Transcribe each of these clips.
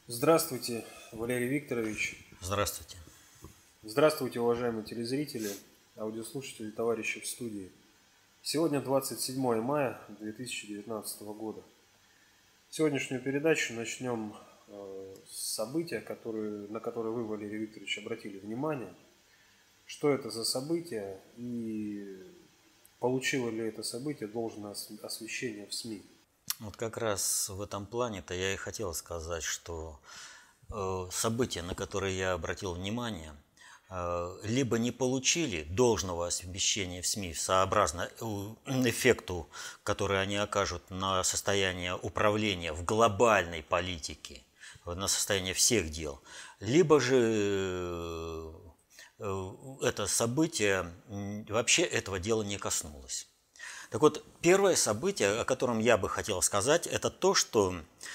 Здравствуйте, Валерий Викторович. Здравствуйте. Здравствуйте, уважаемые телезрители, аудиослушатели, товарищи в студии. Сегодня 27 мая 2019 года. Сегодняшнюю передачу начнем с события, на которое вы, Валерий Викторович, обратили внимание. Что это за событие и получило ли это событие должное освещение в СМИ? Вот как раз в этом плане-то я и хотел сказать, что события, на которые я обратил внимание, либо не получили должного освещения в СМИ сообразно эффекту, который они окажут на состояние управления в глобальной политике, на состояние всех дел, либо же это событие вообще этого дела не коснулось. Так вот, первое событие, о котором я бы хотел сказать, это то, что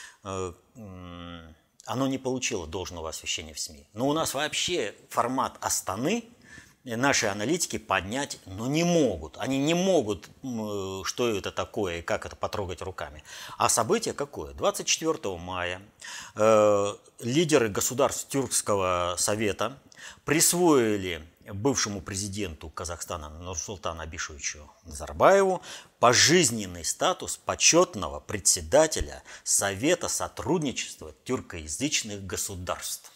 оно не получило должного освещения в СМИ. Но у нас вообще формат Астаны наши аналитики поднять не могут. Они не могут, что это такое и как это потрогать руками. А событие какое? 24 мая лидеры государств Тюркского совета присвоили бывшему президенту Казахстана Нурсултану Абишевичу Назарбаеву пожизненный статус почетного председателя Совета сотрудничества тюркоязычных государств.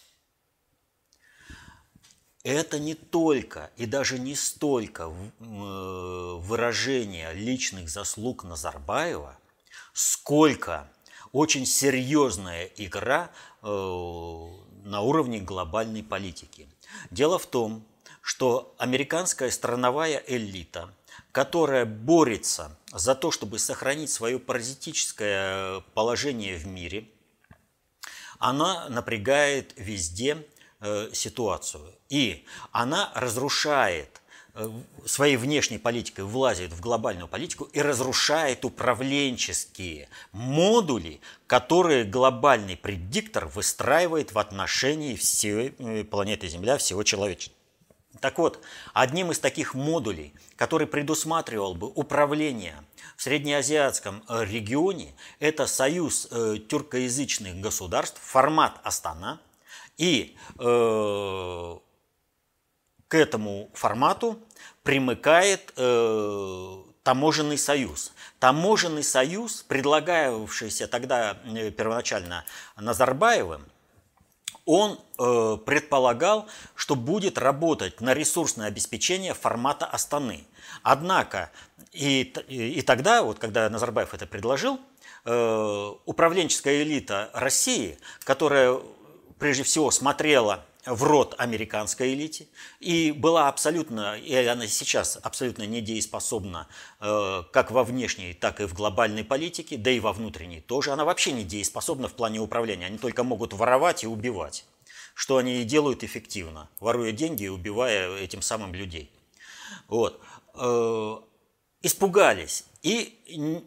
Это не только и даже не столько выражение личных заслуг Назарбаева, сколько очень серьезная игра на уровне глобальной политики. Дело в том, что американская страновая элита, которая борется за то, чтобы сохранить свое паразитическое положение в мире, она напрягает везде ситуацию. И она разрушает своей внешней политикой, влазит в глобальную политику и разрушает управленческие модули, которые глобальный предиктор выстраивает в отношении всей планеты Земля, всего человечества. Так вот, одним из таких модулей, который предусматривал бы управление в среднеазиатском регионе, это союз тюркоязычных государств, формат Астана, и к этому формату примыкает таможенный союз. Таможенный союз, предлагавшийся тогда первоначально Назарбаевым, он предполагал, что будет работать на ресурсное обеспечение формата Астаны. Однако и тогда, вот когда Назарбаев это предложил, управленческая элита России, которая прежде всего смотрела в рот американской элите и была абсолютно, и она сейчас абсолютно недееспособна как во внешней, так и в глобальной политике, да и во внутренней тоже. Она вообще недееспособна в плане управления. Они только могут воровать и убивать, что они и делают эффективно, воруя деньги и убивая этим самым людей. Вот. Испугались и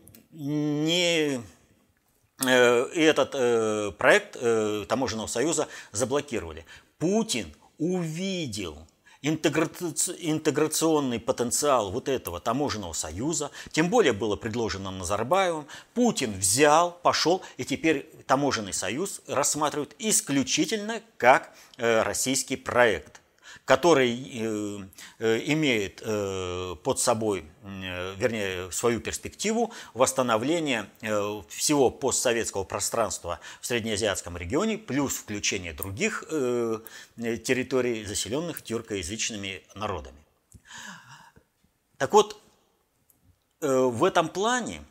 этот проект Таможенного союза заблокировали. Путин увидел интеграционный потенциал вот этого таможенного союза, тем более было предложено Назарбаевым. Путин взял, пошел, и теперь таможенный союз рассматривают исключительно как российский проект, который имеет под собой, вернее, свою перспективу восстановления всего постсоветского пространства в среднеазиатском регионе, плюс включение других территорий, заселенных тюркоязычными народами. Так вот, в этом плане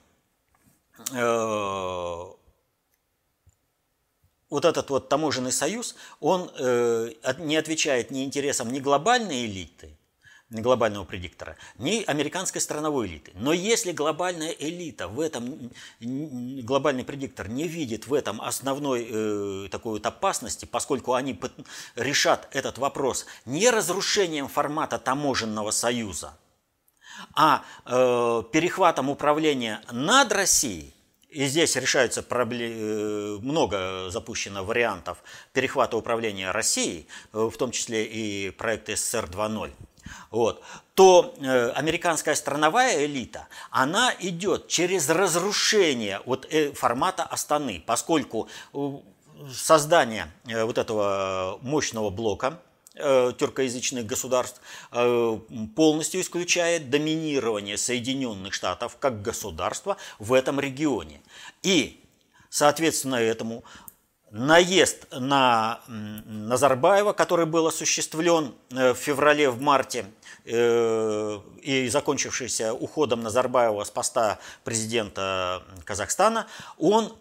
вот этот вот таможенный союз, он не отвечает ни интересам ни глобальной элиты, ни глобального предиктора, ни американской страновой элиты. Но если глобальная элита в этом, глобальный предиктор не видит в этом основной такой вот опасности, поскольку они решат этот вопрос не разрушением формата таможенного союза, а перехватом управления над Россией. И здесь решаются много запущено вариантов перехвата управления Россией, в том числе и проект СССР 2.0. Вот, то американская страновая элита, она идет через разрушение формата Астаны, поскольку создание вот этого мощного блока тюркоязычных государств полностью исключает доминирование Соединенных Штатов как государства в этом регионе. И, соответственно, этому наезд на Назарбаева, который был осуществлен в феврале, в марте, и закончившийся уходом Назарбаева с поста президента Казахстана, он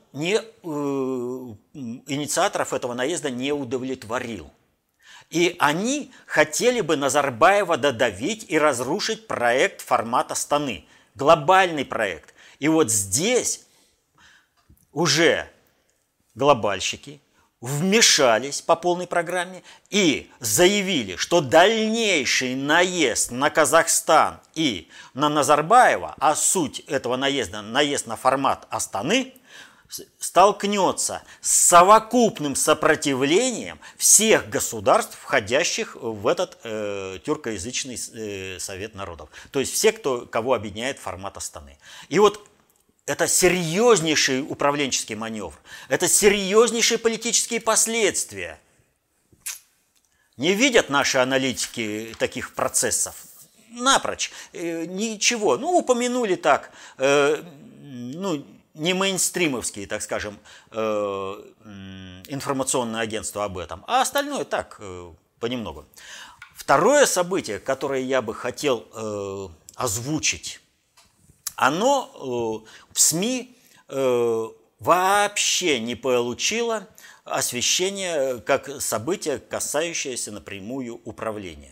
инициаторов этого наезда не удовлетворил. И они хотели бы Назарбаева додавить и разрушить проект формата Астаны, глобальный проект. И вот здесь уже глобальщики вмешались по полной программе и заявили, что дальнейший наезд на Казахстан и на Назарбаева, а суть этого наезда – наезд на формат Астаны, столкнется с совокупным сопротивлением всех государств, входящих в этот тюркоязычный Совет народов. То есть все, кого объединяет формат Астаны. И вот это серьезнейший управленческий маневр, это серьезнейшие политические последствия. Не видят наши аналитики таких процессов напрочь, ничего. Упомянули так, не мейнстримовские, так скажем, информационные агентства об этом, а остальное так, понемногу. Второе событие, которое я бы хотел озвучить, оно в СМИ вообще не получило освещения как событие, касающееся напрямую управления.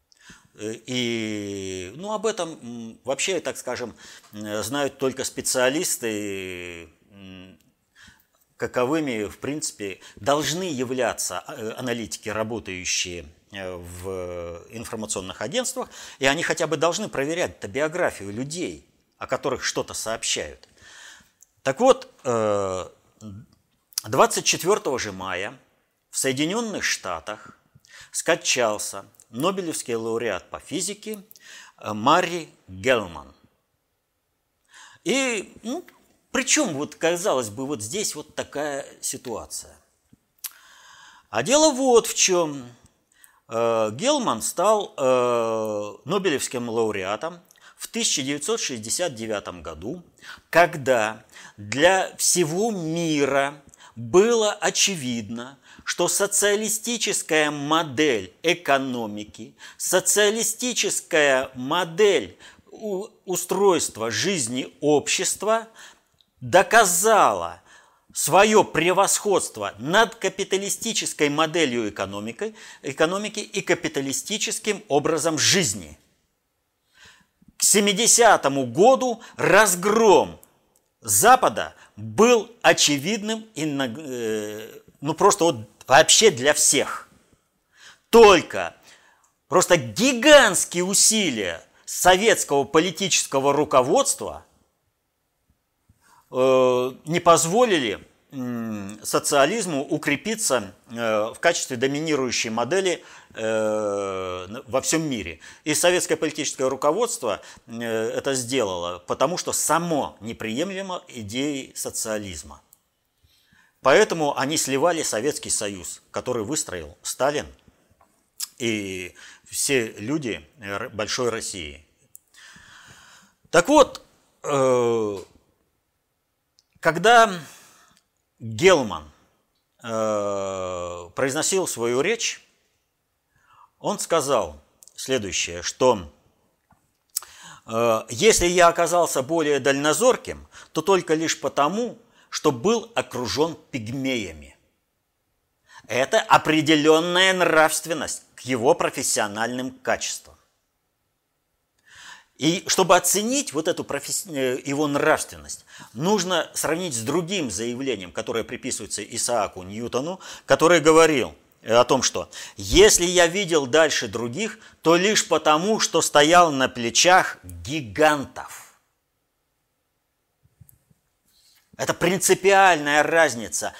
И об этом вообще, так скажем, знают только специалисты, каковыми, в принципе, должны являться аналитики, работающие в информационных агентствах, и они хотя бы должны проверять биографию людей, о которых что-то сообщают. Так вот, 24 же мая в Соединенных Штатах скончался Нобелевский лауреат по физике Мари Гелман. И, причем, казалось бы, здесь такая ситуация. А дело вот в чем. Гелман стал Нобелевским лауреатом в 1969 году, когда для всего мира было очевидно, что социалистическая модель экономики, социалистическая модель устройства жизни общества доказала свое превосходство над капиталистической моделью экономики и капиталистическим образом жизни. К 70-му году разгром Запада был очевидным и просто вообще для всех. Только просто гигантские усилия советского политического руководства не позволили социализму укрепиться в качестве доминирующей модели во всем мире. И советское политическое руководство это сделало, потому что само неприемлемо идеи социализма. Поэтому они сливали Советский Союз, который выстроил Сталин и все люди большой России. Так вот, когда Гелман произносил свою речь, он сказал следующее, что если я оказался более дальнозорким, то только лишь потому, что был окружен пигмеями. Это определенная нравственность к его профессиональным качествам. И чтобы оценить эту его нравственность, нужно сравнить с другим заявлением, которое приписывается Исааку Ньютону, который говорил о том, что «если я видел дальше других, то лишь потому, что стоял на плечах гигантов». Это принципиальная разница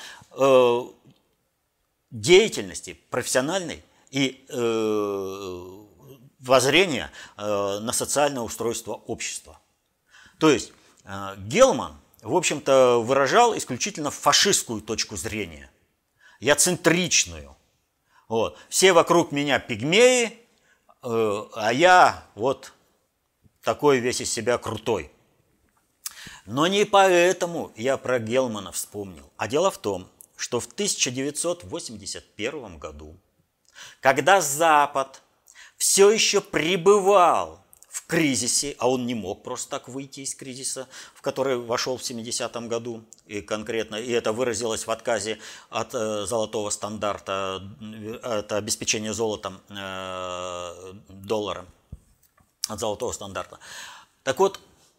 деятельности профессиональной и воззрения на социальное устройство общества. То есть Гелман, в общем-то, выражал исключительно фашистскую точку зрения. я центричную. Вот. Все вокруг меня пигмеи, а я вот такой весь из себя крутой. Но не поэтому я про Гелмана вспомнил. А дело в том, что в 1981 году, когда Запад все еще пребывал в кризисе, а он не мог просто так выйти из кризиса, в который вошел в 70-м году, и конкретно, и это выразилось в отказе от золотого стандарта, от обеспечения золотом доллара, от золотого стандарта. Так вот,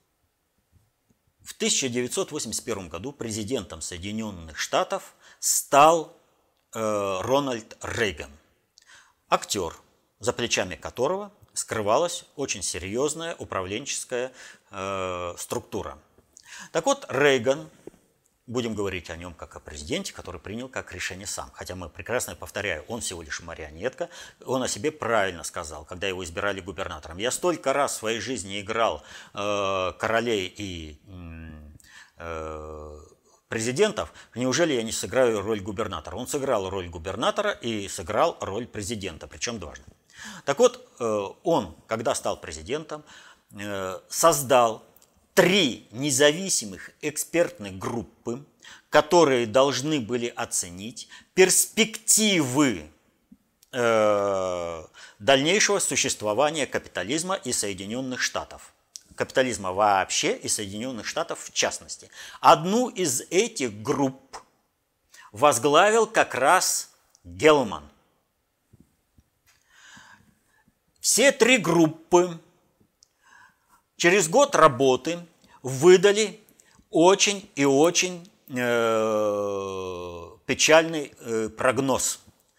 в 1981 году президентом Соединенных Штатов стал Рональд Рейган, актер, за плечами которого скрывалась очень серьезная управленческая структура. Так вот, Рейган, будем говорить о нем как о президенте, который принял как решение сам. Хотя мы прекрасно, повторяю, он всего лишь марионетка. Он о себе правильно сказал, когда его избирали губернатором. Я столько раз в своей жизни играл королей и президентов, неужели я не сыграю роль губернатора? Он сыграл роль губернатора и сыграл роль президента, причем дважды. Так вот, он, когда стал президентом, создал 3 независимых экспертных группы, которые должны были оценить перспективы дальнейшего существования капитализма и Соединенных Штатов. Капитализма вообще и Соединенных Штатов в частности. Одну из этих групп возглавил как раз Гелман. Все 3 группы через год работы выдали очень и очень печальный прогноз.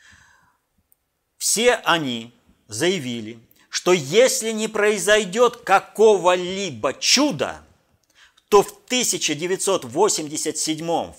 Все они заявили, что если не произойдет какого-либо чуда, то в 1987, в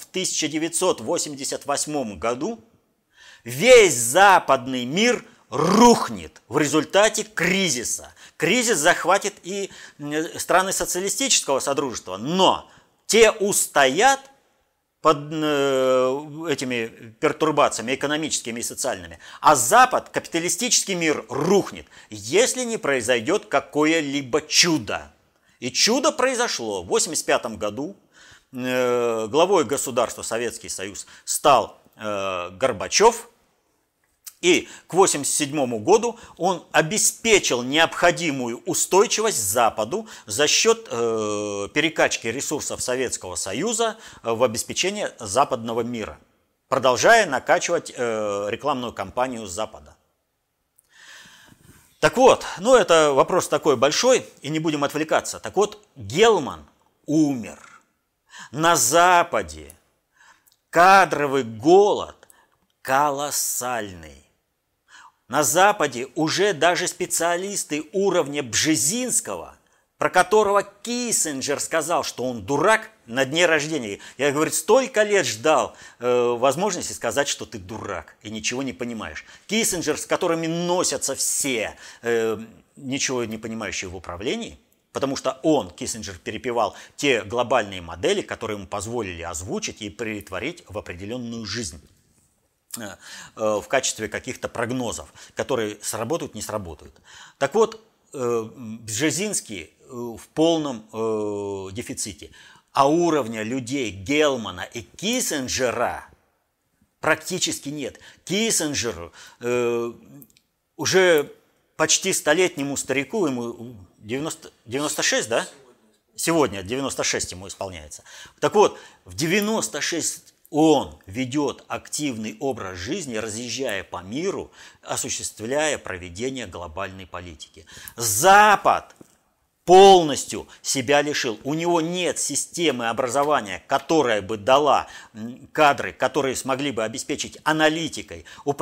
1988 году весь западный мир рухнет в результате кризиса. Кризис захватит и страны социалистического содружества, но те устоят под этими пертурбациями экономическими и социальными, а Запад, капиталистический мир, рухнет, если не произойдет какое-либо чудо. И чудо произошло. В 1985 году главой государства Советский Союз стал Горбачев, и к 1987 году он обеспечил необходимую устойчивость Западу за счет перекачки ресурсов Советского Союза в обеспечение западного мира, продолжая накачивать рекламную кампанию Запада. Так вот, это вопрос такой большой, и не будем отвлекаться. Так вот, Гелман умер. На Западе кадровый голод колоссальный. На Западе уже даже специалисты уровня Бжезинского, про которого Киссинджер сказал, что он дурак, на дне рождения. Я, говорит, столько лет ждал возможности сказать, что ты дурак и ничего не понимаешь. Киссинджер, с которыми носятся все ничего не понимающие в управлении, потому что он, Киссинджер, перепевал те глобальные модели, которые ему позволили озвучить и претворить в определенную жизнь в качестве каких-то прогнозов, которые сработают, не сработают. Так вот, Бжезинский в полном дефиците, а уровня людей Гелмана и Киссинджера практически нет. Киссинджеру уже почти столетнему старику, ему 96, да? Сегодня 96 ему исполняется. Так вот, в 96 он ведет активный образ жизни, разъезжая по миру, осуществляя проведение глобальной политики. Запад полностью себя лишил. У него нет системы образования, которая бы дала кадры, которые смогли бы обеспечить аналитикой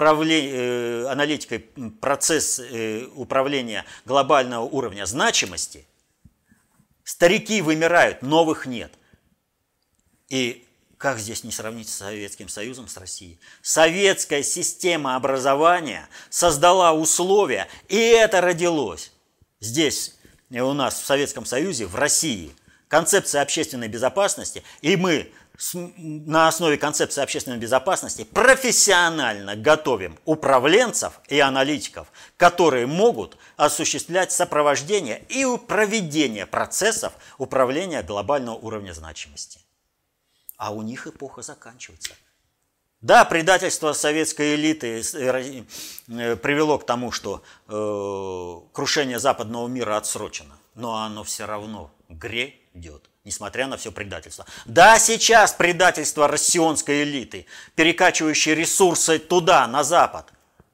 процесс управления глобального уровня значимости. Старики вымирают, новых нет. И как здесь не сравнить с Советским Союзом, с Россией? Советская система образования создала условия, и это родилось здесь, у нас в Советском Союзе, в России. Концепция общественной безопасности, и мы на основе концепции общественной безопасности профессионально готовим управленцев и аналитиков, которые могут осуществлять сопровождение и проведение процессов управления глобального уровня значимости. А у них эпоха заканчивается. Да, предательство советской элиты привело к тому, что крушение западного мира отсрочено, но оно все равно грядет, несмотря на все предательство. Да, сейчас предательство россионской элиты, перекачивающей ресурсы туда, на Запад,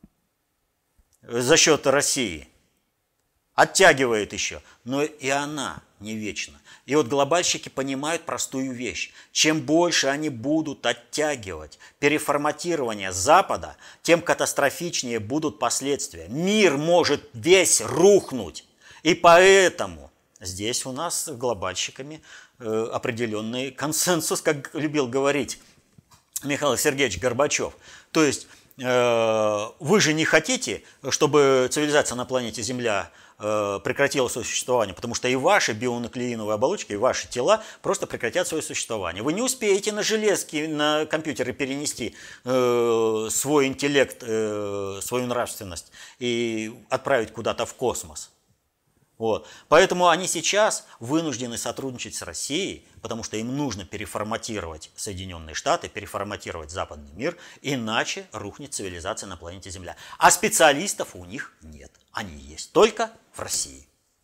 за счет России, оттягивает еще, но и она не вечна. И вот глобальщики понимают простую вещь. Чем больше они будут оттягивать переформатирование Запада, тем катастрофичнее будут последствия. Мир может весь рухнуть. И поэтому здесь у нас с глобальщиками определенный консенсус, как любил говорить Михаил Сергеевич Горбачев. То есть вы же не хотите, чтобы цивилизация на планете Земля прекратила свое существование, потому что и ваши бионуклеиновые оболочки, и ваши тела просто прекратят свое существование. Вы не успеете на железки, на компьютеры перенести свой интеллект, свою нравственность и отправить куда-то в космос. Вот. Поэтому они сейчас вынуждены сотрудничать с Россией, потому что им нужно переформатировать Соединенные Штаты, переформатировать западный мир, иначе рухнет цивилизация на планете Земля. А специалистов у них нет. Они есть только в России.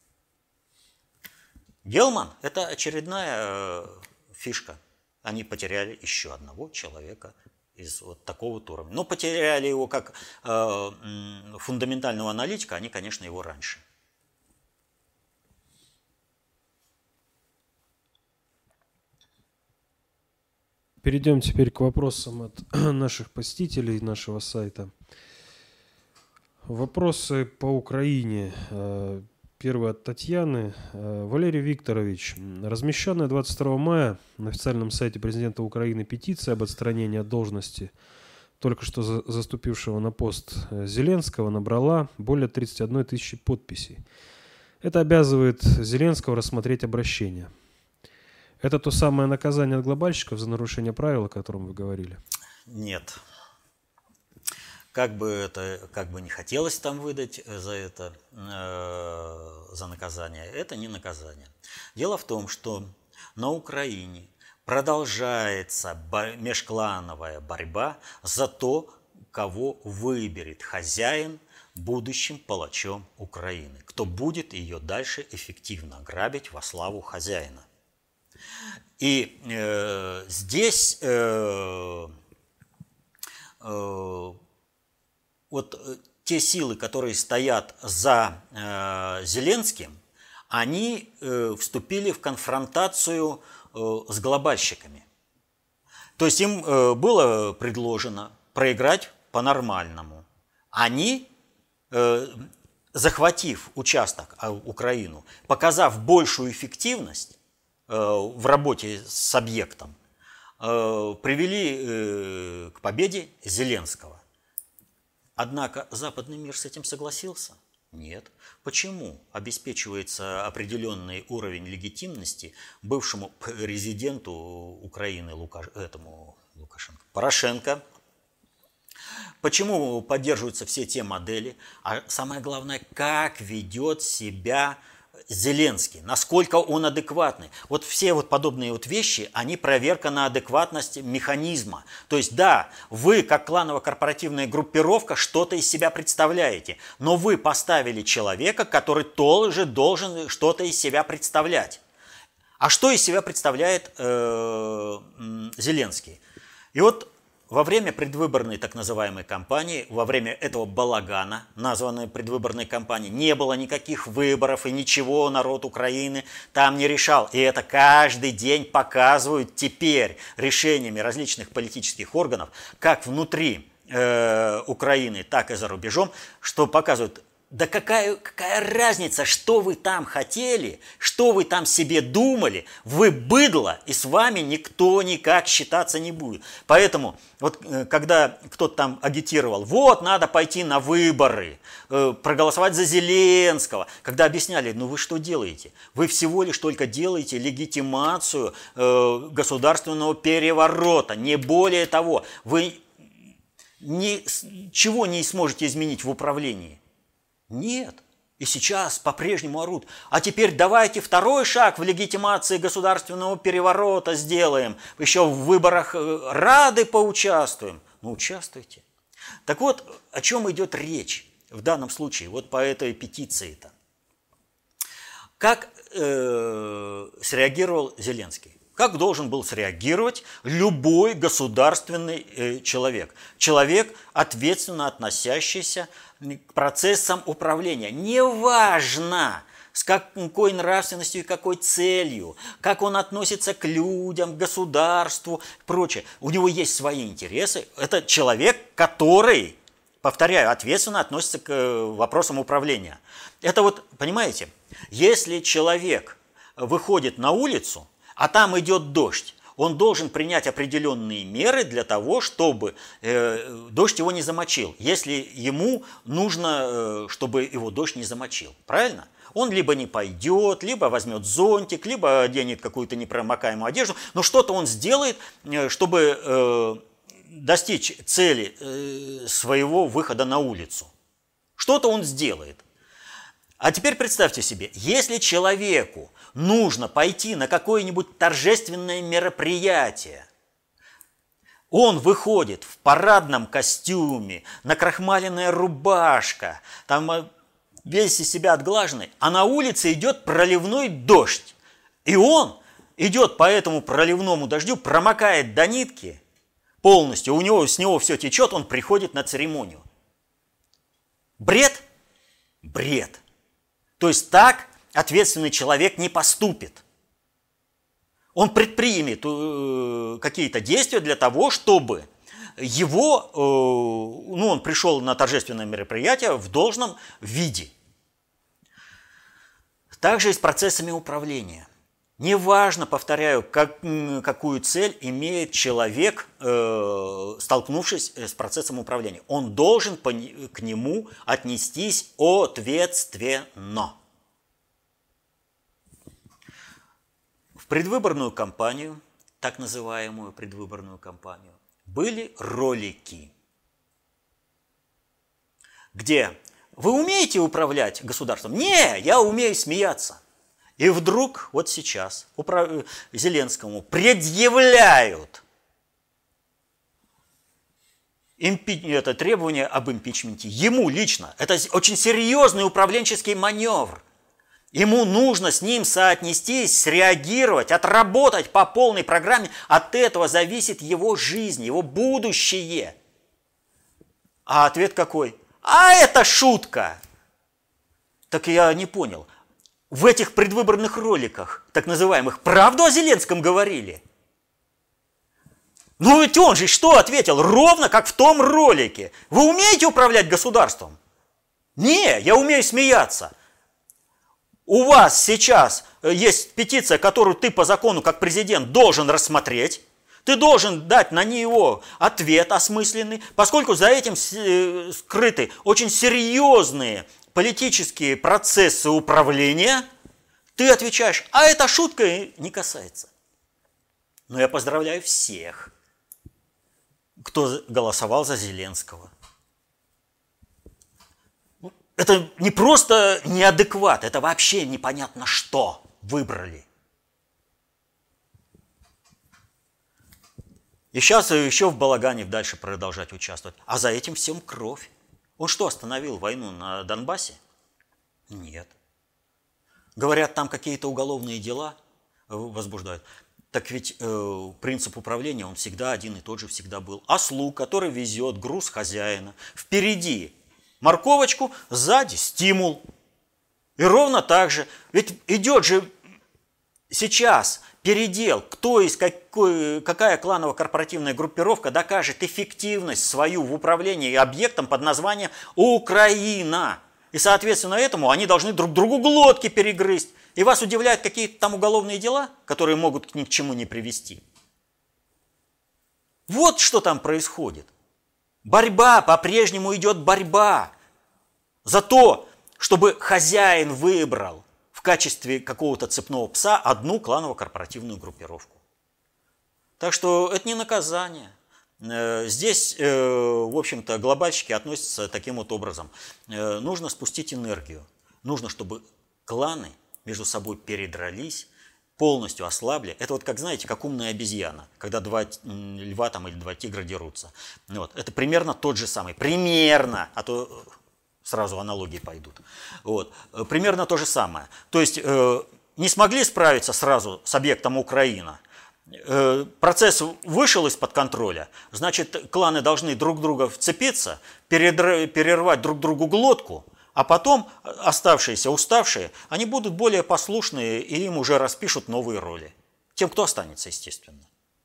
Гелман – это очередная фишка. Они потеряли еще одного человека из вот такого вот уровня. Но потеряли его как фундаментального аналитика, они, конечно, его раньше. Перейдем теперь к вопросам от наших посетителей нашего сайта. Вопросы по Украине. Первый от Татьяны. Валерий Викторович, размещенная 22 мая на официальном сайте президента Украины петиция об отстранении от должности только что заступившего на пост Зеленского набрала более 31 тысячи подписей. Это обязывает Зеленского рассмотреть обращение. Это то самое наказание от глобальщиков за нарушение правил, о котором вы говорили? Нет. Как бы не хотелось там выдать за это, за наказание, это не наказание. Дело в том, что на Украине продолжается межклановая борьба за то, кого выберет хозяин будущим палачом Украины, кто будет ее дальше эффективно грабить во славу хозяина. И здесь вот те силы, которые стоят за Зеленским, они вступили в конфронтацию с глобальщиками. То есть им было предложено проиграть по-нормальному. Они, захватив участок, Украину, показав большую эффективность в работе с объектом, привели к победе Зеленского. Однако западный мир с этим согласился? Нет. Почему обеспечивается определенный уровень легитимности бывшему президенту Украины Порошенко? Почему поддерживаются все те модели? А самое главное, как ведет себя Зеленский, насколько он адекватный. Вот все вот подобные вот вещи, они проверка на адекватность механизма. То есть да, вы как кланово-корпоративная группировка что-то из себя представляете, но вы поставили человека, который тоже должен что-то из себя представлять. А что из себя представляет Зеленский? И вот во время предвыборной так называемой кампании, во время этого балагана, названной предвыборной кампанией, не было никаких выборов и ничего народ Украины там не решал. И это каждый день показывают теперь решениями различных политических органов, как внутри Украины, так и за рубежом, что показывают, да какая разница, что вы там хотели, что вы там себе думали, вы быдло, и с вами никто никак считаться не будет. Поэтому, вот когда кто-то там агитировал, вот, надо пойти на выборы, проголосовать за Зеленского, когда объясняли, ну вы что делаете? Вы всего лишь только делаете легитимацию государственного переворота, не более того. Вы ничего не сможете изменить в управлении. Нет. И сейчас по-прежнему орут. А теперь давайте второй шаг в легитимации государственного переворота сделаем. Еще в выборах Рады поучаствуем. Ну, участвуйте. Так вот, о чем идет речь в данном случае, вот по этой петиции-то. Как среагировал Зеленский? Как должен был среагировать любой государственный человек? Человек, ответственно относящийся к процессам управления. Неважно, с какой нравственностью и какой целью, как он относится к людям, к государству и прочее. У него есть свои интересы. Это человек, который, повторяю, ответственно относится к вопросам управления. Это вот, понимаете, если человек выходит на улицу, а там идет дождь, он должен принять определенные меры для того, чтобы дождь его не замочил, если ему нужно, чтобы его дождь не замочил. Правильно? Он либо не пойдет, либо возьмет зонтик, либо оденет какую-то непромокаемую одежду, но что-то он сделает, чтобы достичь цели своего выхода на улицу. Что-то он сделает. А теперь представьте себе, если человеку нужно пойти на какое-нибудь торжественное мероприятие, он выходит в парадном костюме, накрахмаленная рубашка, там весь из себя отглаженный, а на улице идет проливной дождь. И он идет по этому проливному дождю, промокает до нитки полностью, с него все течет, он приходит на церемонию. Бред? Бред. То есть так ответственный человек не поступит. Он предпримет какие-то действия для того, чтобы он пришел на торжественное мероприятие в должном виде. Также и с процессами управления. Неважно, повторяю, какую цель имеет человек, столкнувшись с процессом управления. Он должен к нему отнестись ответственно. В предвыборную кампанию, так называемую предвыборную кампанию, были ролики, где вы умеете управлять государством? Не, я умею смеяться. И вдруг вот сейчас Зеленскому предъявляют это требование об импичменте. Ему лично. Это очень серьезный управленческий маневр. Ему нужно с ним соотнестись, среагировать, отработать по полной программе. От этого зависит его жизнь, его будущее. А ответ какой? А это шутка! Так я не понял. В этих предвыборных роликах, так называемых, правду о Зеленском говорили? Ну ведь он же что ответил? Ровно как в том ролике. Вы умеете управлять государством? Не, я умею смеяться. У вас сейчас есть петиция, которую ты по закону как президент должен рассмотреть. Ты должен дать на него ответ осмысленный, поскольку за этим скрыты очень серьезные политические процессы управления. Ты отвечаешь, а эта шутка не касается. Но я поздравляю всех, кто голосовал за Зеленского. Это не просто неадекват, это вообще непонятно что выбрали. И сейчас еще в балагане дальше продолжать участвовать. А за этим всем кровь. Он что, остановил войну на Донбассе? Нет. Говорят, там какие-то уголовные дела возбуждают. Так ведь принцип управления, он всегда один и тот же всегда был. Ослуг, который везет груз хозяина. Впереди морковочку, сзади стимул. И ровно так же. Ведь идет же сейчас передел, какая кланово-корпоративная группировка докажет эффективность свою в управлении объектом под названием Украина. И, соответственно, этому они должны друг другу глотки перегрызть. И вас удивляют какие-то там уголовные дела, которые могут ни к чему не привести. Вот что там происходит. Борьба, по-прежнему идет борьба за то, чтобы хозяин выбрал в качестве какого-то цепного пса одну кланово-корпоративную группировку. Так что это не наказание. Здесь, в общем-то, глобальщики относятся таким вот образом. Нужно спустить энергию. Нужно, чтобы кланы между собой передрались, полностью ослабли. Это вот как, знаете, как умная обезьяна, когда два льва там, или два тигра дерутся. Вот. Это примерно тот же самый. Примерно, а то сразу аналогии пойдут. Вот. Примерно то же самое. То есть не смогли справиться сразу с объектом Украина. Процесс вышел из-под контроля, значит, кланы должны друг друга вцепиться, перервать друг другу глотку, а потом оставшиеся, уставшие, они будут более послушные, и им уже распишут новые роли. Тем, кто останется, естественно.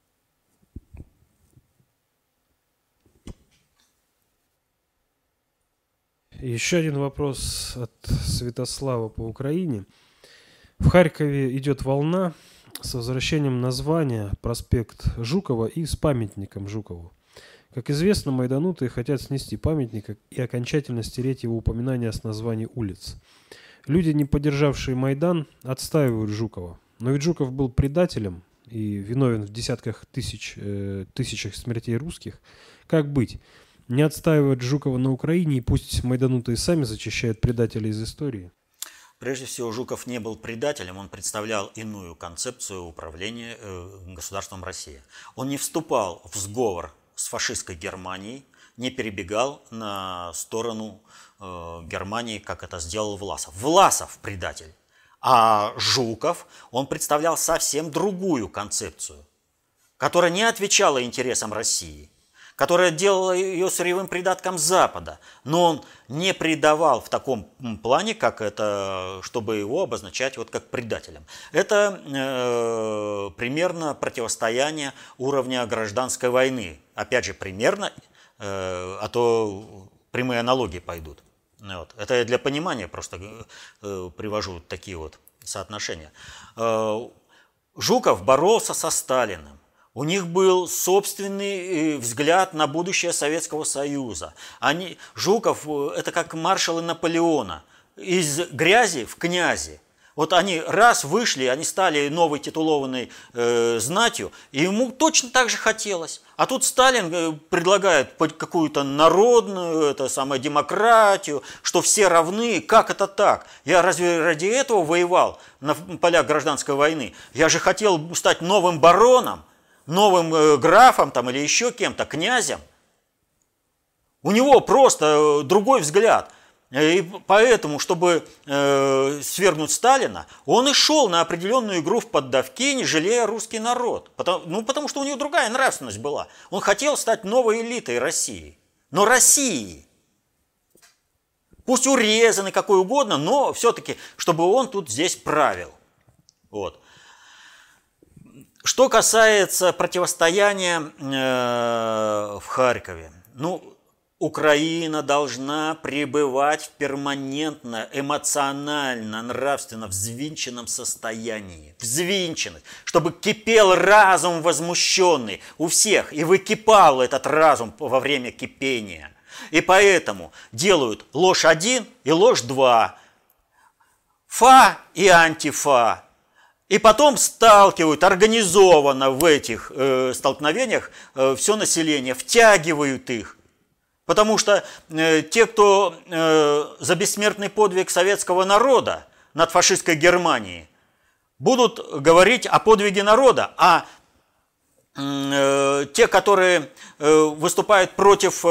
Еще один вопрос от Святослава по Украине. В Харькове идет волна с возвращением названия проспект Жукова и с памятником Жукову. Как известно, майданутые хотят снести памятник и окончательно стереть его упоминание с названий улиц. Люди, не поддержавшие Майдан, отстаивают Жукова. Но ведь Жуков был предателем и виновен в десятках тысячах смертей русских. Как быть? Не отстаивать Жукова на Украине, и пусть майданутые сами зачищают предателей из истории? Прежде всего, Жуков не был предателем, он представлял иную концепцию управления государством Россия. Он не вступал в сговор с фашистской Германией, не перебегал на сторону Германии, как это сделал Власов. Власов предатель, а Жуков, он представлял совсем другую концепцию, которая не отвечала интересам России, которая делала ее сырьевым придатком Запада, но он не предавал в таком плане, как это, чтобы его обозначать вот как предателем. Это примерно противостояние уровня гражданской войны. Опять же, примерно, а то прямые аналогии пойдут. Вот. Это я для понимания просто привожу такие вот соотношения. Жуков боролся со Сталиным. У них был собственный взгляд на будущее Советского Союза. Жуков – это как маршалы Наполеона. Из грязи в князи. Вот они раз вышли, они стали новой титулованной знатью, и ему точно так же хотелось. А тут Сталин предлагает какую-то народную демократию, что все равны. Как это так? Я разве ради этого воевал на полях гражданской войны? Я же хотел стать новым бароном, новым графом там, или еще кем-то, князем. У него просто другой взгляд. И поэтому, чтобы свергнуть Сталина, он и шел на определенную игру в поддавки, не жалея русский народ. Потому что у него другая нравственность была. Он хотел стать новой элитой России. Но России. Пусть урезанный какой угодно, но все-таки, чтобы он тут здесь правил. Вот. Что касается противостояния в Харькове, Украина должна пребывать в перманентно, эмоционально, нравственно взвинченном состоянии. Взвинченность, чтобы кипел разум возмущенный у всех, и выкипал этот разум во время кипения. И поэтому делают ложь 1 и ложь 2, фа и антифа. И потом сталкивают организованно в этих столкновениях все население, втягивают их. Потому что те, кто за бессмертный подвиг советского народа над фашистской Германией, будут говорить о подвиге народа, а те, которые выступают против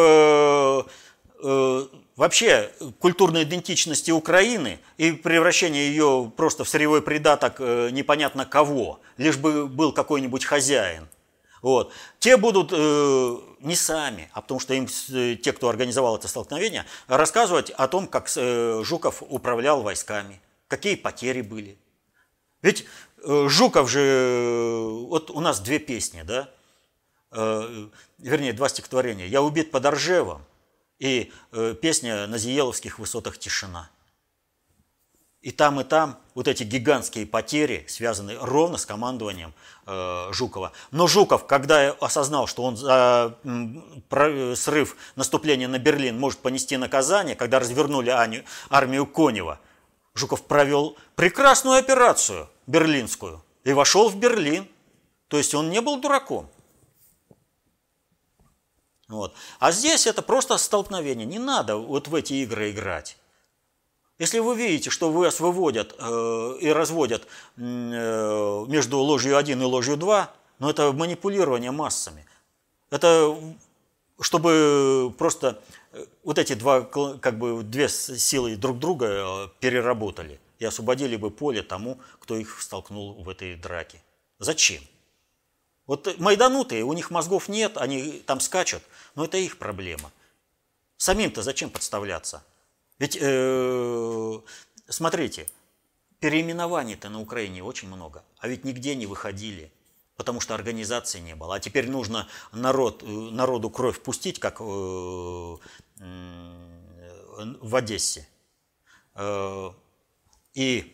вообще культурной идентичности Украины и превращения ее просто в сырьевой придаток непонятно кого, лишь бы был какой-нибудь хозяин. Вот. Те будут не сами, а потому что им те, кто организовал это столкновение, рассказывать о том, как Жуков управлял войсками, какие потери были. Ведь Жуков же... Вот у нас 2 песни, да? Вернее, 2 стихотворения. «Я убит под Ржевом» и песня «На Зиеловских высотах тишина». И там вот эти гигантские потери связаны ровно с командованием Жукова. Но Жуков, когда осознал, что он за срыв наступления на Берлин может понести наказание, когда развернули армию Конева, Жуков провел прекрасную операцию берлинскую и вошел в Берлин. То есть он не был дураком. Вот. А здесь это просто столкновение. Не надо вот в эти игры играть. Если вы видите, что вас выводят и разводят между ложью 1 и ложью 2, ну это манипулирование массами. Это чтобы просто вот эти две силы друг друга переработали и освободили бы поле тому, кто их столкнул в этой драке. Зачем? Вот майданутые, у них мозгов нет, они там скачут, но это их проблема. Самим-то зачем подставляться? Ведь, смотрите, переименований-то на Украине очень много, а ведь нигде не выходили, потому что организации не было. А теперь нужно народу кровь пустить, как в Одессе. И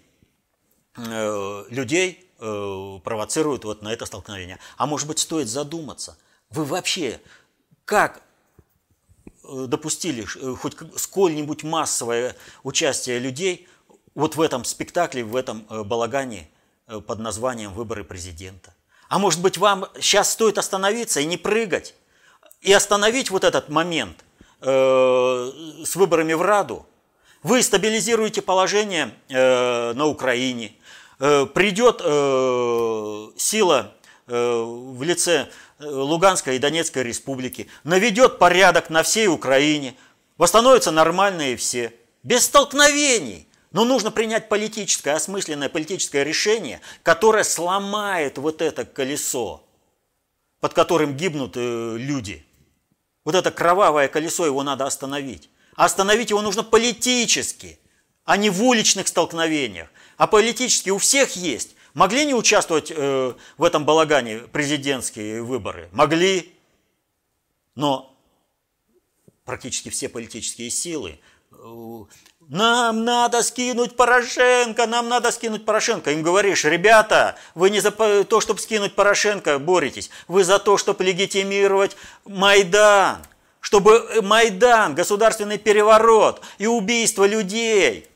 людей провоцируют вот на это столкновение. А может быть, стоит задуматься, вы вообще как допустили хоть сколь-нибудь массовое участие людей вот в этом спектакле, в этом балагане под названием «Выборы президента». А может быть, вам сейчас стоит остановиться и не прыгать, и остановить вот этот момент с выборами в Раду? Вы стабилизируете положение на Украине, придет сила в лице Луганской и Донецкой республики, наведет порядок на всей Украине, восстановятся нормальные все, без столкновений. Но нужно принять политическое, осмысленное политическое решение, которое сломает вот это колесо, под которым гибнут люди. Вот это кровавое колесо, его надо остановить. А остановить его нужно политически, а не в уличных столкновениях. А политически у всех есть. Могли не участвовать в этом балагане президентские выборы? Могли. Но практически все политические силы. Нам надо скинуть Порошенко, нам надо скинуть Порошенко. Им говоришь, ребята, вы не за то, чтобы скинуть Порошенко боретесь. Вы за то, чтобы легитимировать Майдан. Чтобы Майдан, государственный переворот и убийство людей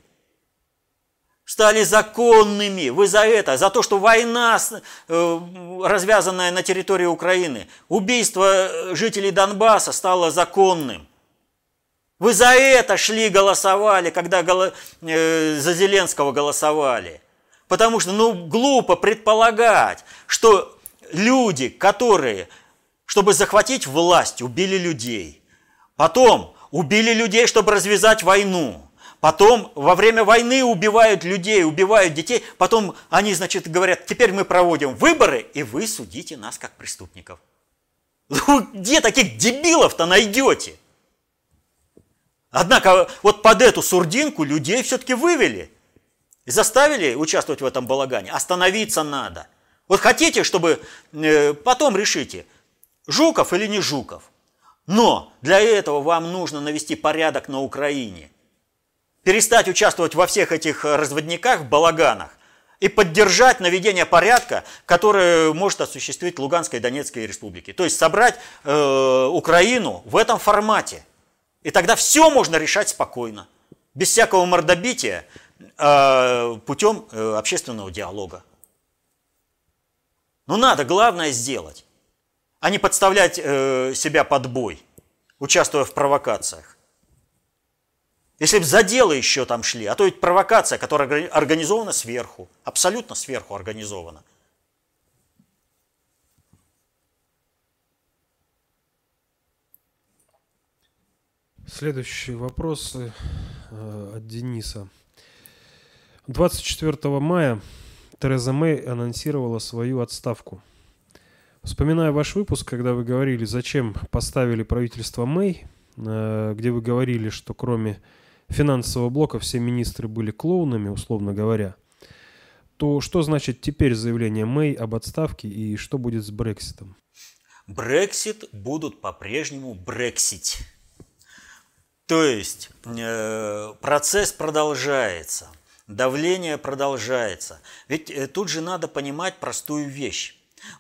стали законными. Вы за это, за то, что война, развязанная на территории Украины, убийство жителей Донбасса стало законным. Вы за это шли, голосовали, когда за Зеленского голосовали. Потому что, глупо предполагать, что люди, которые, чтобы захватить власть, убили людей. Потом убили людей, чтобы развязать войну. Потом во время войны убивают людей, убивают детей. Потом они, говорят, теперь мы проводим выборы, и вы судите нас как преступников. Вы где таких дебилов-то найдете? Однако вот под эту сурдинку людей все-таки вывели. И заставили участвовать в этом балагане. Остановиться надо. Вот хотите, чтобы... Потом решите, Жуков или не Жуков. Но для этого вам нужно навести порядок на Украине. Перестать участвовать во всех этих разводниках, балаганах и поддержать наведение порядка, которое может осуществить Луганская и Донецкая республики. То есть собрать Украину в этом формате. И тогда все можно решать спокойно, без всякого мордобития, путем общественного диалога. Но надо главное сделать, а не подставлять себя под бой, участвуя в провокациях. Если бы за дело еще там шли, а то ведь провокация, которая организована сверху, абсолютно сверху организована. Следующий вопрос от Дениса. 24 мая Тереза Мэй анонсировала свою отставку. Вспоминая ваш выпуск, когда вы говорили, зачем поставили правительство Мэй, где вы говорили, что кроме финансового блока все министры были клоунами, условно говоря, то что значит теперь заявление Мэй об отставке и что будет с Брекситом? Брексит будут по-прежнему брексить. То есть процесс продолжается, давление продолжается. Ведь тут же надо понимать простую вещь.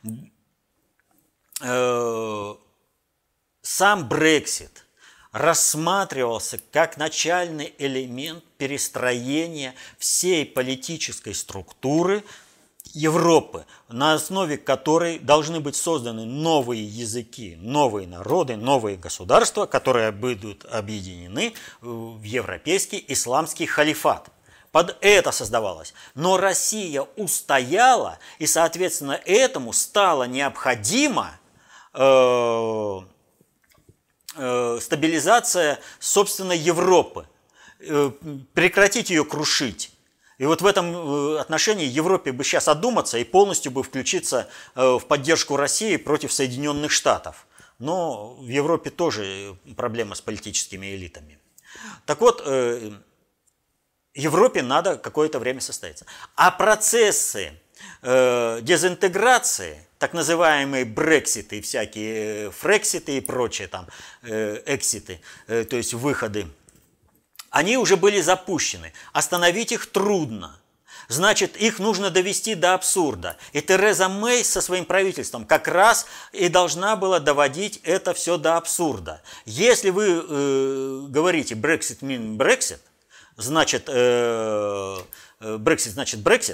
Сам Брексит рассматривался как начальный элемент перестроения всей политической структуры Европы, на основе которой должны быть созданы новые языки, новые народы, новые государства, которые будут объединены в европейский исламский халифат. Под это создавалось. Но Россия устояла, и, соответственно, этому стало необходимо стабилизация, собственно, Европы, прекратить ее крушить. И вот в этом отношении Европе бы сейчас одуматься и полностью бы включиться в поддержку России против Соединенных Штатов. Но в Европе тоже проблема с политическими элитами. Так вот, Европе надо какое-то время состояться. А процессы дезинтеграции, так называемые брекситы и всякие фрекситы и прочие там экситы, то есть выходы, они уже были запущены. Остановить их трудно. Значит, их нужно довести до абсурда. И Тереза Мэй со своим правительством как раз и должна была доводить это все до абсурда. Если вы говорите Brexit mean Brexit, значит Brexit значит Brexit,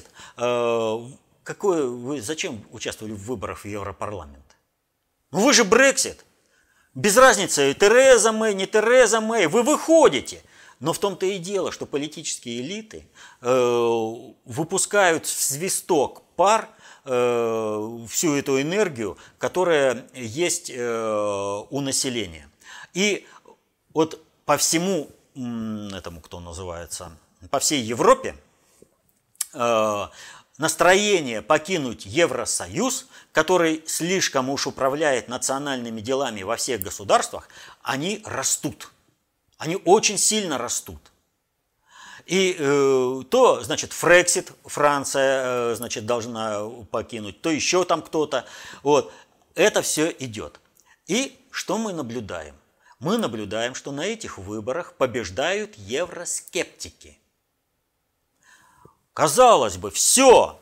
вы зачем участвовали в выборах в Европарламент? Ну вы же Brexit. Без разницы, Тереза Мэй, не Тереза Мэй, вы выходите. Но в том-то и дело, что политические элиты выпускают в свисток пар всю эту энергию, которая есть у населения. И вот по всему этому, кто называется, по всей Европе настроение покинуть Евросоюз, который слишком уж управляет национальными делами во всех государствах, они растут. Они очень сильно растут. И то, значит, Фрексит, Франция, значит, должна покинуть, то еще там кто-то. Вот. Это все идет. И что мы наблюдаем? Мы наблюдаем, что на этих выборах побеждают евроскептики. Казалось бы, все.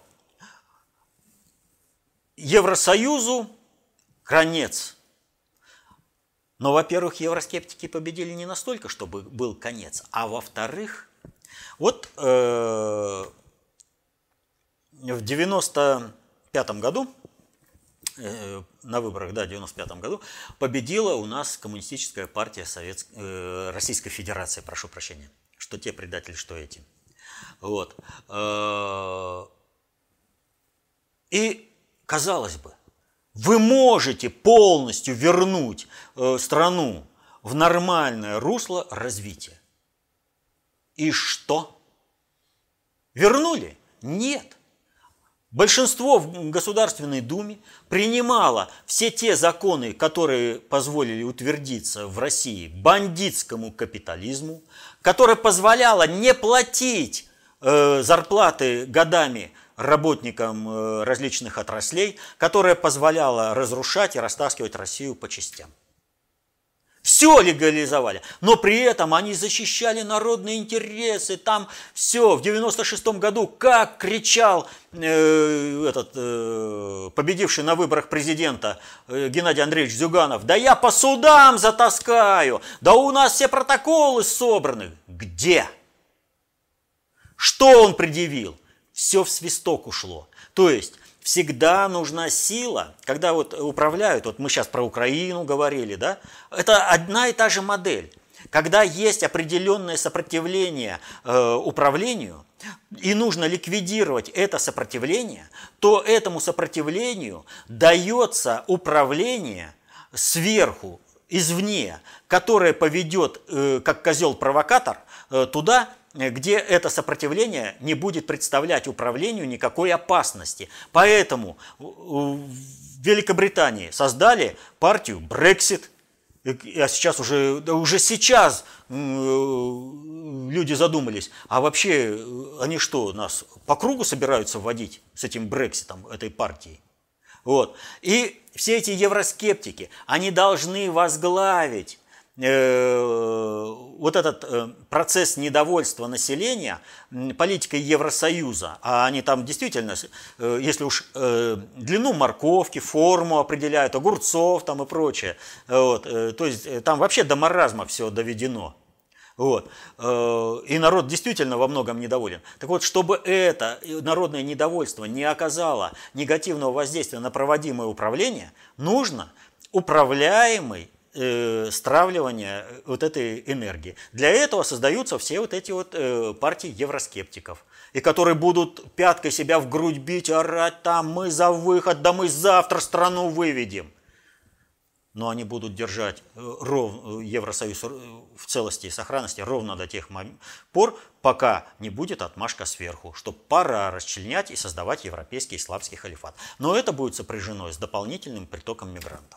Евросоюзу конец. Но, во-первых, евроскептики победили не настолько, чтобы был конец, а во-вторых, вот в 95-м году, на выборах, да, в 95-м году, победила у нас коммунистическая партия Российской Федерации, прошу прощения, что те предатели, что эти. Вот. И, казалось бы, вы можете полностью вернуть страну в нормальное русло развития. И что? Вернули? Нет. Большинство в Государственной Думе принимало все те законы, которые позволили утвердиться в России бандитскому капитализму, которое позволяло не платить зарплаты годами работникам различных отраслей, которая позволяла разрушать и растаскивать Россию по частям. Все легализовали, но при этом они защищали народные интересы. Там все, в 96-м году, как кричал победивший на выборах президента Геннадий Андреевич Зюганов: да я по судам затаскаю, да у нас все протоколы собраны. Где? Что он предъявил? Все в свисток ушло. То есть всегда нужна сила, когда вот управляют, вот мы сейчас про Украину говорили, да, это одна и та же модель. Когда есть определенное сопротивление управлению, и нужно ликвидировать это сопротивление, то этому сопротивлению дается управление сверху, извне, которое поведет, как козел-провокатор, туда, где это сопротивление не будет представлять управлению никакой опасности. Поэтому в Великобритании создали партию Brexit. А сейчас уже сейчас люди задумались, а вообще они что, нас по кругу собираются вводить с этим Брекситом, этой партией? Вот. И все эти евроскептики, они должны возглавить вот этот процесс недовольства населения политикой Евросоюза, а они там действительно, если уж длину морковки, форму определяют, огурцов там и прочее, вот, то есть там вообще до маразма все доведено. Вот. И народ действительно во многом недоволен. Так вот, чтобы это народное недовольство не оказало негативного воздействия на проводимое управление, нужно управляемый стравливание вот этой энергии. Для этого создаются все вот эти вот партии евроскептиков, и которые будут пяткой себя в грудь бить, орать там: мы за выход, да мы завтра страну выведем. Но они будут держать Евросоюз в целости и сохранности ровно до тех пор, пока не будет отмашка сверху, что пора расчленять и создавать европейский исламский халифат. Но это будет сопряжено с дополнительным притоком мигрантов.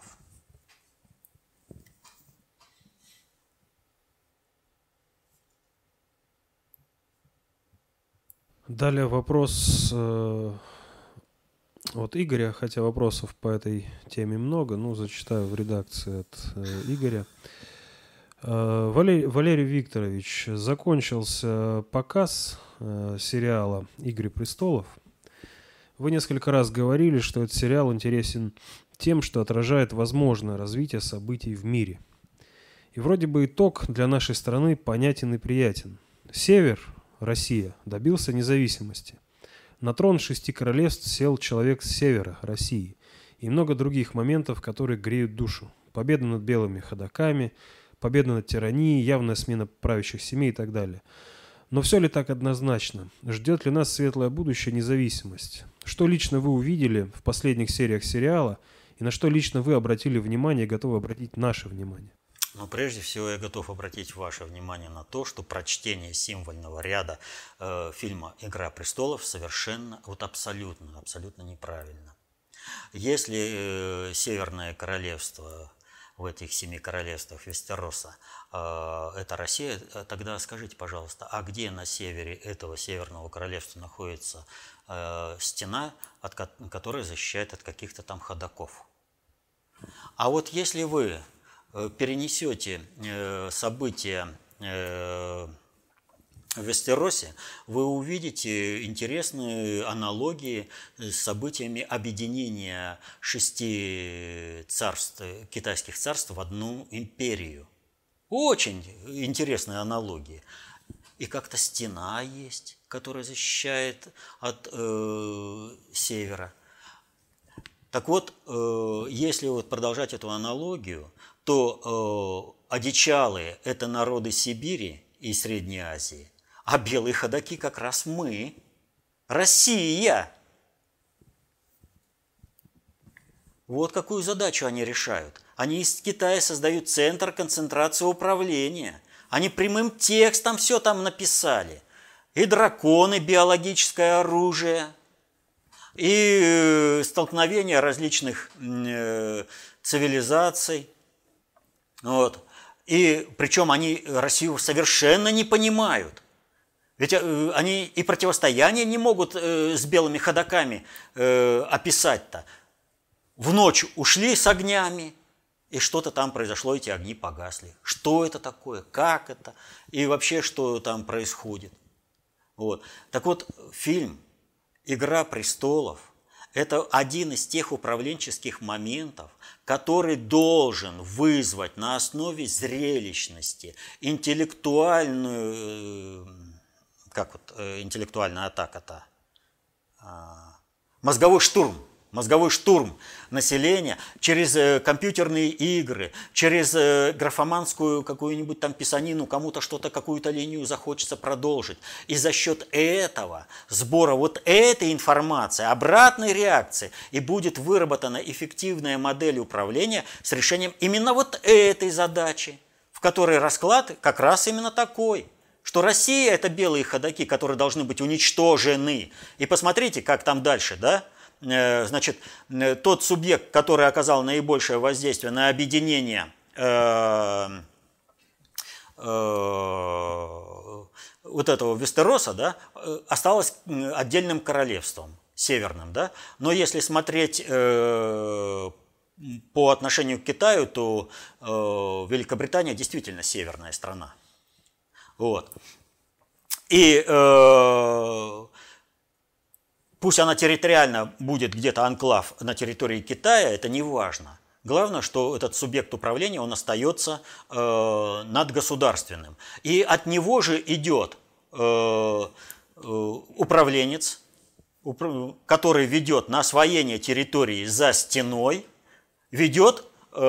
Далее вопрос от Игоря, хотя вопросов по этой теме много, но зачитаю в редакции от Игоря. Валерий Викторович, закончился показ сериала «Игры престолов». Вы несколько раз говорили, что этот сериал интересен тем, что отражает возможное развитие событий в мире. И вроде бы итог для нашей страны понятен и приятен. Север, Россия, добился независимости. На трон 6 королевств сел человек с севера, России. И много других моментов, которые греют душу. Победа над белыми ходоками, победа над тиранией, явная смена правящих семей и так далее. Но все ли так однозначно? Ждет ли нас светлое будущее, независимость? Что лично вы увидели в последних сериях сериала, и на что лично вы обратили внимание и готовы обратить наше внимание? Но прежде всего я готов обратить ваше внимание на то, что прочтение символьного ряда фильма «Игра престолов» совершенно, вот абсолютно неправильно. Если Северное королевство в этих 7 королевствах Вестероса это Россия, тогда скажите, пожалуйста, а где на севере этого Северного королевства находится стена, которая защищает от каких-то там ходоков? А вот если вы перенесете события в Вестеросе, вы увидите интересные аналогии с событиями объединения 6 царств, китайских царств в одну империю. Очень интересные аналогии. И как-то стена есть, которая защищает от севера. Так вот, если вот продолжать эту аналогию, то одичалые – это народы Сибири и Средней Азии, а белые ходаки как раз мы, Россия. Вот какую задачу они решают. Они из Китая создают центр концентрации управления. Они прямым текстом все там написали. И драконы, биологическое оружие, и столкновения различных цивилизаций. Вот. И причем они Россию совершенно не понимают. Ведь они и противостояние не могут с белыми ходоками описать-то. В ночь ушли с огнями, и что-то там произошло, эти огни погасли. Что это такое? Как это? И вообще, что там происходит? Вот. Так вот, фильм «Игра престолов» – это один из тех управленческих моментов, который должен вызвать на основе зрелищности интеллектуальную, как вот интеллектуальная атака-то, мозговой штурм населения через компьютерные игры, через графоманскую какую-нибудь там писанину, кому-то что-то, какую-то линию захочется продолжить. И за счет этого сбора вот этой информации, обратной реакции, и будет выработана эффективная модель управления с решением именно вот этой задачи, в которой расклад как раз именно такой, что Россия – это белые ходаки, которые должны быть уничтожены. И посмотрите, как там дальше, да? Значит, тот субъект, который оказал наибольшее воздействие на объединение вот этого Вестероса, да, осталось отдельным королевством, северным. Да? Но если смотреть по отношению к Китаю, то Великобритания действительно северная страна. Вот. И пусть она территориально будет где-то анклав на территории Китая, это не важно. Главное, что этот субъект управления, он остается надгосударственным. И от него же идет управленец, который ведет на освоение территории за стеной, ведет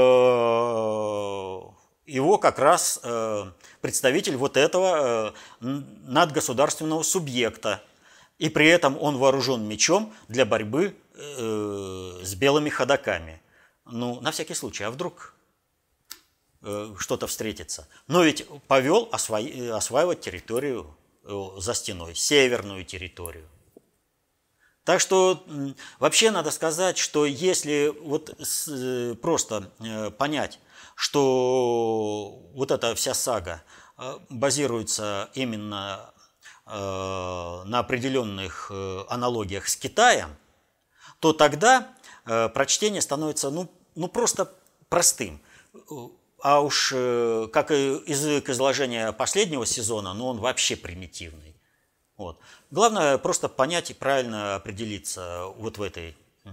его как раз представитель вот этого надгосударственного субъекта. И при этом он вооружен мечом для борьбы с белыми ходоками. Ну, на всякий случай, а вдруг что-то встретится. Но ведь повел осваивать территорию за стеной, северную территорию. Так что вообще надо сказать, что если вот просто понять, что вот эта вся сага базируется именно на определенных аналогиях с Китаем, то тогда прочтение становится ну просто простым. А уж как язык изложения последнего сезона, ну он вообще примитивный. Вот. Главное просто понять и правильно определиться вот в этой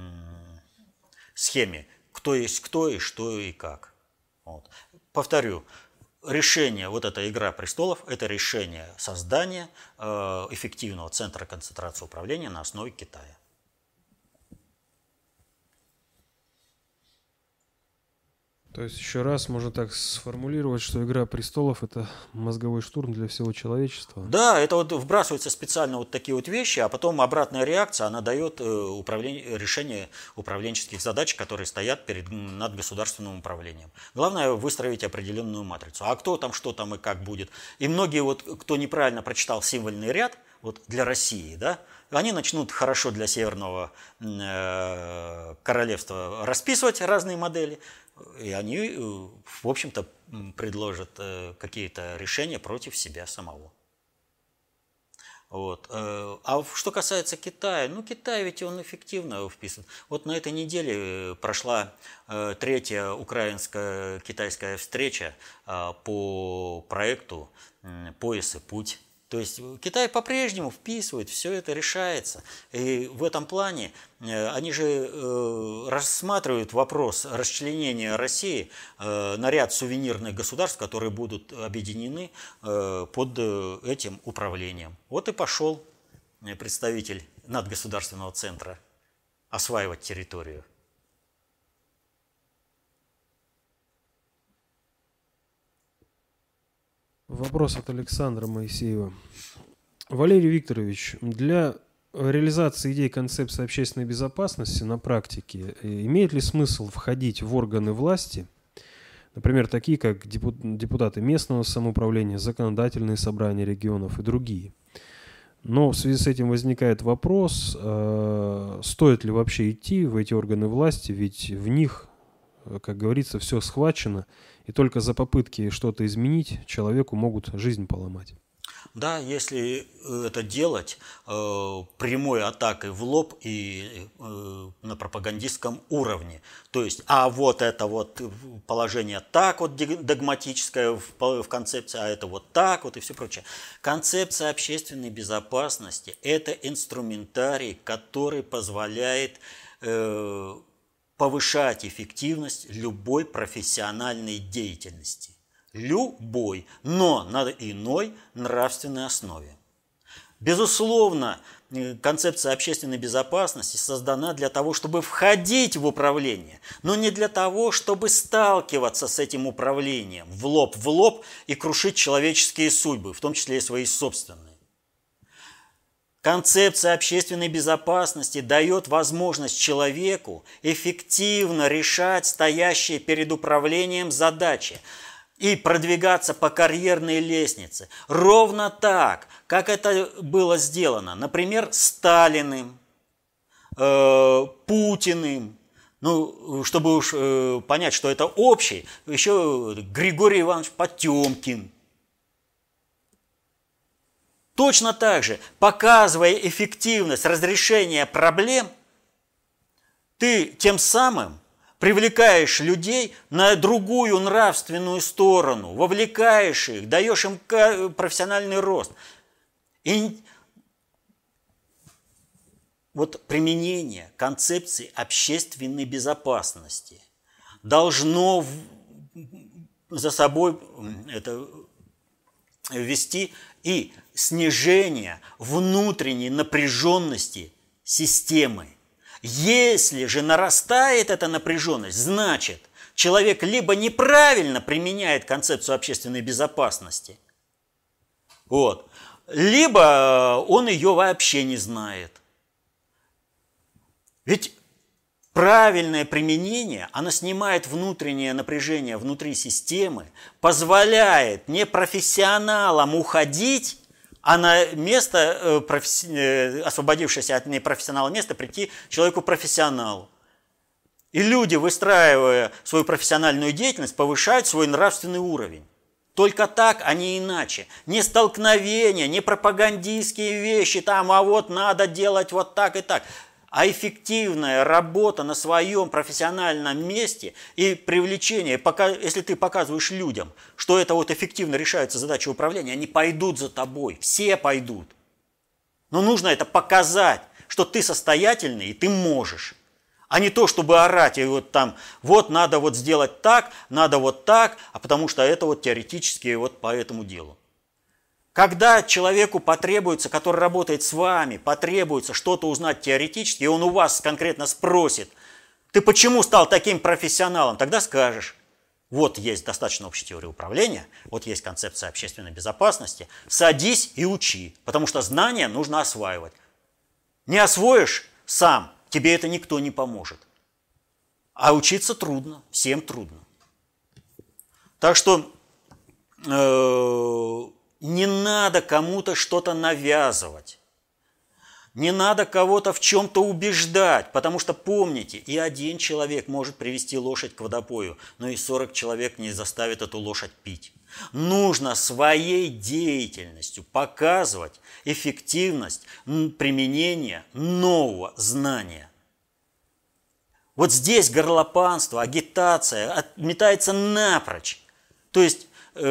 схеме, кто есть кто и что и как. Вот. Повторю, решение, вот эта «Игра престолов», это решение создания эффективного центра концентрации управления на основе Китая. То есть еще раз можно так сформулировать, что «Игра престолов» — это мозговой штурм для всего человечества? Да, это вот вбрасываются специально вот такие вот вещи, а потом обратная реакция, она дает решение управленческих задач, которые стоят перед надгосударственным управлением. Главное выстроить определенную матрицу. А кто там, что там и как будет. И многие вот, кто неправильно прочитал символьный ряд, вот для России, да, они начнут хорошо для Северного королевства расписывать разные модели, и они, в общем-то, предложат какие-то решения против себя самого. Вот. А что касается Китая, ну Китай ведь он эффективно вписан. Вот на этой неделе прошла третья украинско-китайская встреча по проекту «Пояс и путь». То есть Китай по-прежнему вписывает, все это решается. И в этом плане они же рассматривают вопрос расчленения России на ряд сувенирных государств, которые будут объединены под этим управлением. Вот и пошел представитель надгосударственного центра осваивать территорию. Вопрос от Александра Моисеева. Валерий Викторович, для реализации идей концепции общественной безопасности на практике имеет ли смысл входить в органы власти, например, такие как депутаты местного самоуправления, законодательные собрания регионов и другие? Но в связи с этим возникает вопрос, стоит ли вообще идти в эти органы власти, ведь в них, как говорится, все схвачено, и только за попытки что-то изменить человеку могут жизнь поломать. Да, если это делать прямой атакой в лоб и на пропагандистском уровне. То есть, а вот это вот положение так вот догматическое в концепции, а это вот так вот и все прочее. Концепция общественной безопасности – это инструментарий, который позволяет повышать эффективность любой профессиональной деятельности. Любой, но на иной нравственной основе. Безусловно, концепция общественной безопасности создана для того, чтобы входить в управление, но не для того, чтобы сталкиваться с этим управлением в лоб и крушить человеческие судьбы, в том числе и свои собственные. Концепция общественной безопасности дает возможность человеку эффективно решать стоящие перед управлением задачи и продвигаться по карьерной лестнице. Ровно так, как это было сделано, например, Сталиным, Путиным. Ну, чтобы уж понять, что это общий, еще Григорий Иванович Потемкин. Точно так же, показывая эффективность разрешения проблем, ты тем самым привлекаешь людей на другую нравственную сторону, вовлекаешь их, даешь им профессиональный рост. И вот применение концепции общественной безопасности должно за собой это ввести и снижение внутренней напряженности системы. Если же нарастает эта напряженность, значит, человек либо неправильно применяет концепцию общественной безопасности, вот, либо он ее вообще не знает. Ведь правильное применение, оно снимает внутреннее напряжение внутри системы, позволяет непрофессионалам уходить, а на место, освободившееся от непрофессионала места, прийти человеку-профессионалу. И люди, выстраивая свою профессиональную деятельность, повышают свой нравственный уровень. Только так, а не иначе. Не столкновения, не пропагандистские вещи, там, а вот надо делать вот так и так. А эффективная работа на своем профессиональном месте и привлечение, если ты показываешь людям, что это вот эффективно решаются задачи управления, они пойдут за тобой, все пойдут. Но нужно это показать, что ты состоятельный и ты можешь. А не то, чтобы орать, и вот там, вот надо вот сделать так, надо вот так, а потому что это вот теоретически вот по этому делу. Когда человеку потребуется, который работает с вами, потребуется что-то узнать теоретически, и он у вас конкретно спросит, ты почему стал таким профессионалом, тогда скажешь, вот есть достаточно общая теория управления, вот есть концепция общественной безопасности, садись и учи, потому что знания нужно осваивать. Не освоишь сам, тебе это никто не поможет. А учиться трудно, всем трудно. Так что не надо кому-то что-то навязывать. Не надо кого-то в чем-то убеждать, потому что помните, и один человек может привести лошадь к водопою, но и 40 человек не заставит эту лошадь пить. Нужно своей деятельностью показывать эффективность применения нового знания. Вот здесь горлопанство, агитация отметается напрочь. То есть,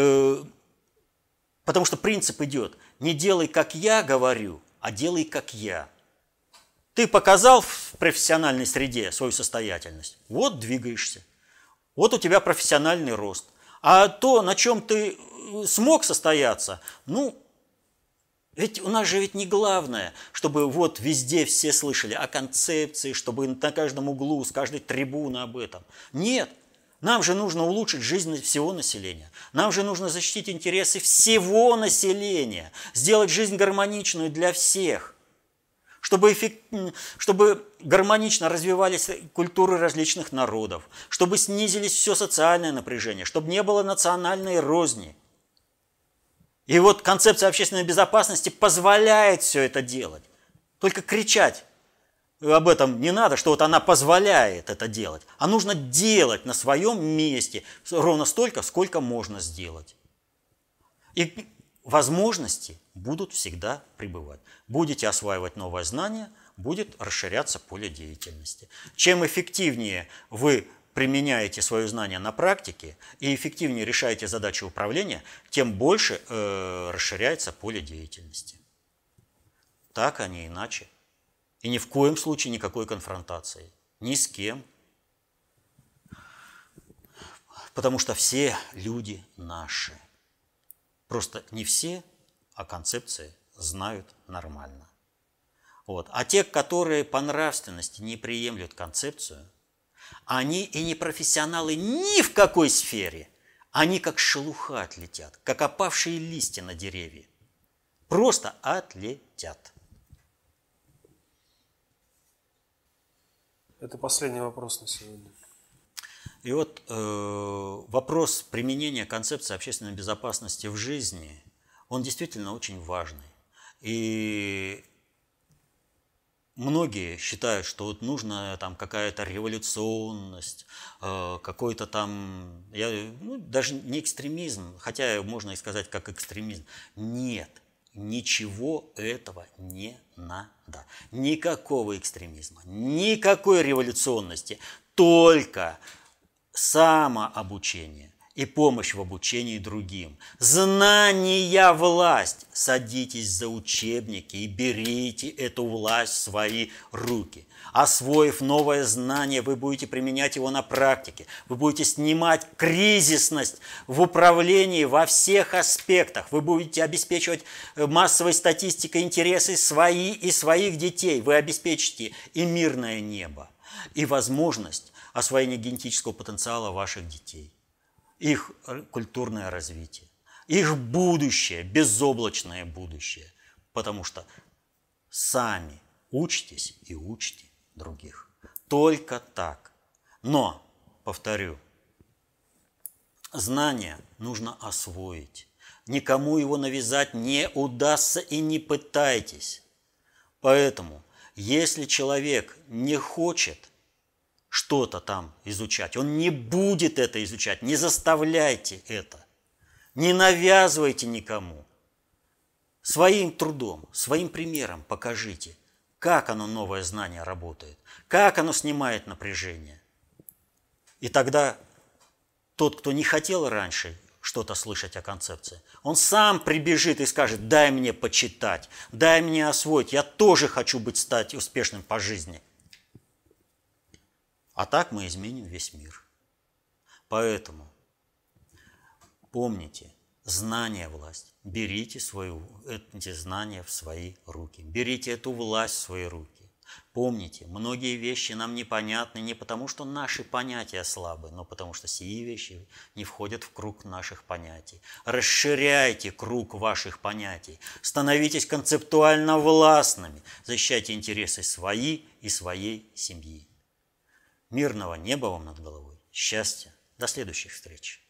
потому что принцип идет, не делай, как я говорю, а делай, как я. Ты показал в профессиональной среде свою состоятельность, вот двигаешься. Вот у тебя профессиональный рост. А то, на чем ты смог состояться, ведь у нас же ведь не главное, чтобы вот везде все слышали о концепции, чтобы на каждом углу, с каждой трибуны об этом. Нет. Нам же нужно улучшить жизнь всего населения. Нам же нужно защитить интересы всего населения, сделать жизнь гармоничную для всех, чтобы гармонично развивались культуры различных народов, чтобы снизились все социальное напряжение, чтобы не было национальной розни. И вот концепция общественной безопасности позволяет все это делать. Только кричать об этом не надо, что вот она позволяет это делать, а нужно делать на своем месте ровно столько, сколько можно сделать. И возможности будут всегда пребывать. Будете осваивать новое знание, будет расширяться поле деятельности. Чем эффективнее вы применяете свое знание на практике и эффективнее решаете задачи управления, тем больше расширяется поле деятельности. Так, а не иначе. И ни в коем случае никакой конфронтации. Ни с кем. Потому что все люди наши. Просто не все о концепции знают нормально. Вот. А те, которые по нравственности не приемлют концепцию, они и не профессионалы ни в какой сфере. Они как шелуха отлетят, как опавшие листья на деревья. Просто отлетят. Это последний вопрос на сегодня. И вот вопрос применения концепции общественной безопасности в жизни, он действительно очень важный. И многие считают, что вот нужна там какая-то революционность, какой-то там, даже не экстремизм, хотя можно и сказать как экстремизм. Нет, ничего этого не надо. Никакого экстремизма, никакой революционности, только самообучение и помощь в обучении другим. Знания – власть. Садитесь за учебники и берите эту власть в свои руки. Освоив новое знание, вы будете применять его на практике. Вы будете снимать кризисность в управлении во всех аспектах. Вы будете обеспечивать массовой статистикой интересы свои и своих детей. Вы обеспечите и мирное небо, и возможность освоения генетического потенциала ваших детей, их культурное развитие, их будущее, безоблачное будущее. Потому что сами учитесь и учите других. Только так. Но, повторю, знание нужно освоить. Никому его навязать не удастся и не пытайтесь. Поэтому, если человек не хочет что-то там изучать, он не будет это изучать, не заставляйте это, не навязывайте никому. Своим трудом, своим примером покажите, как оно, новое знание, работает, как оно снимает напряжение. И тогда тот, кто не хотел раньше что-то слышать о концепции, он сам прибежит и скажет: дай мне почитать, дай мне освоить, я тоже хочу стать успешным по жизни. А так мы изменим весь мир. Поэтому помните, знание – власть. Берите эти знания в свои руки. Берите эту власть в свои руки. Помните, многие вещи нам непонятны не потому, что наши понятия слабы, но потому что сии вещи не входят в круг наших понятий. Расширяйте круг ваших понятий. Становитесь концептуально властными. Защищайте интересы свои и своей семьи. Мирного неба вам над головой. Счастья. До следующих встреч.